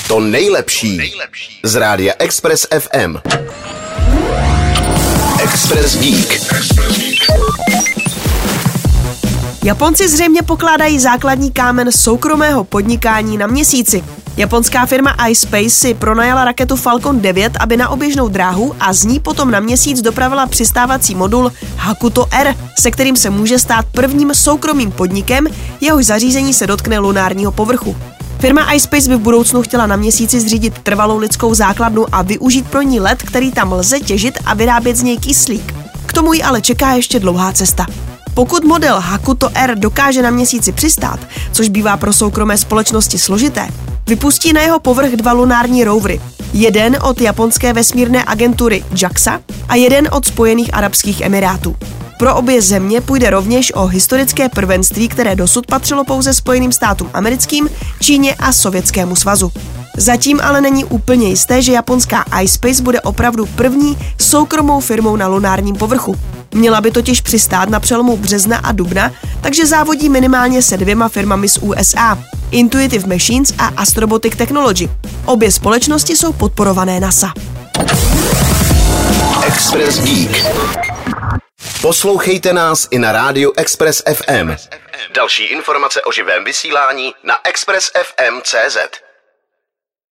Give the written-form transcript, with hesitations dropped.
To nejlepší z rádia Express FM. Express Geek. Japonci zřejmě pokládají základní kámen soukromého podnikání na Měsíci. Japonská firma iSpace si pronajala raketu Falcon 9, aby na oběžnou dráhu a z ní potom na Měsíc dopravila přistávací modul Hakuto R, se kterým se může stát prvním soukromým podnikem, jehož zařízení se dotkne lunárního povrchu. Firma iSpace by v budoucnu chtěla na Měsíci zřídit trvalou lidskou základnu a využít pro ní led, který tam lze těžit a vyrábět z něj kyslík. K tomu ji ale čeká ještě dlouhá cesta. Pokud model Hakuto R dokáže na Měsíci přistát, což bývá pro soukromé společnosti složité, vypustí na jeho povrch 2 lunární rovery. Jeden od japonské vesmírné agentury JAXA a jeden od Spojených arabských emirátů. Pro obě země půjde rovněž o historické prvenství, které dosud patřilo pouze Spojeným státům americkým, Číně a Sovětskému svazu. Zatím ale není úplně jisté, že japonská iSpace bude opravdu první soukromou firmou na lunárním povrchu. Měla by totiž přistát na přelomu března a dubna, takže závodí minimálně se 2 firmami z USA, Intuitive Machines a Astrobotic Technology. Obě společnosti jsou podporované NASA. Express Geek. Poslouchejte nás i na rádiu Express FM. Další informace o živém vysílání na expressfm.cz.